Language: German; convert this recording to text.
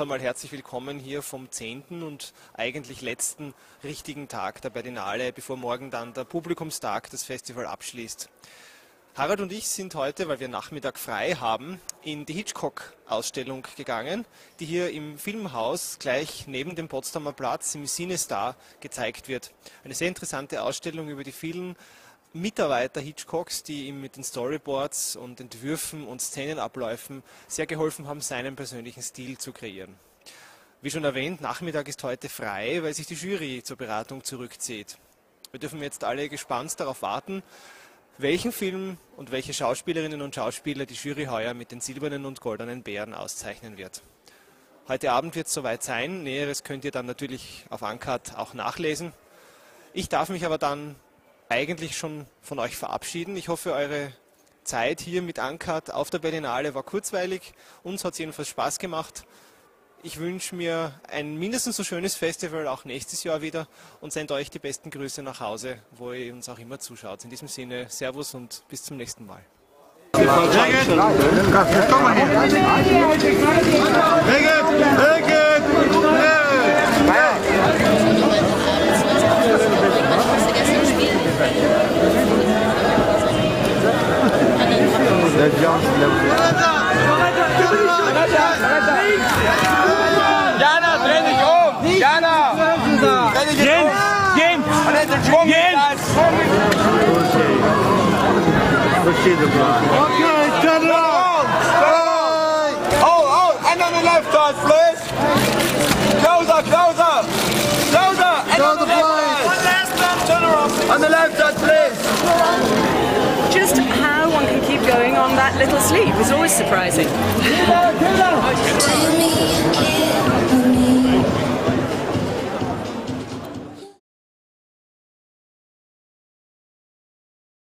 einmal herzlich willkommen hier vom 10. und eigentlich letzten richtigen Tag der Berlinale, bevor morgen dann der Publikumstag das Festival abschließt. Harald und ich sind heute, weil wir Nachmittag frei haben, in die Hitchcock-Ausstellung gegangen, die hier im Filmhaus gleich neben dem Potsdamer Platz im CineStar gezeigt wird. Eine sehr interessante Ausstellung über die vielen Mitarbeiter Hitchcocks, die ihm mit den Storyboards und Entwürfen und Szenenabläufen sehr geholfen haben, seinen persönlichen Stil zu kreieren. Wie schon erwähnt, Nachmittag ist heute frei, weil sich die Jury zur Beratung zurückzieht. Wir dürfen jetzt alle gespannt darauf warten, welchen Film und welche Schauspielerinnen und Schauspieler die Jury heuer mit den silbernen und goldenen Bären auszeichnen wird. Heute Abend wird es soweit sein, Näheres könnt ihr dann natürlich auf Uncut auch nachlesen. Ich darf mich aber dann eigentlich schon von euch verabschieden. Ich hoffe, eure Zeit hier mit Uncut auf der Berlinale war kurzweilig. Uns hat es jedenfalls Spaß gemacht. Ich wünsche mir ein mindestens so schönes Festival auch nächstes Jahr wieder und sende euch die besten Grüße nach Hause, wo ihr uns auch immer zuschaut. In diesem Sinne, Servus und bis zum nächsten Mal. Jana, dreh dich um! Jana! Dreh dich um! Jens! Okay, turn it on! Oh, and on the left side, please! Closer! And on the left! One last time, turn around! On the left side, please! Just how one can keep going on that little sleep is always surprising. Tell me again.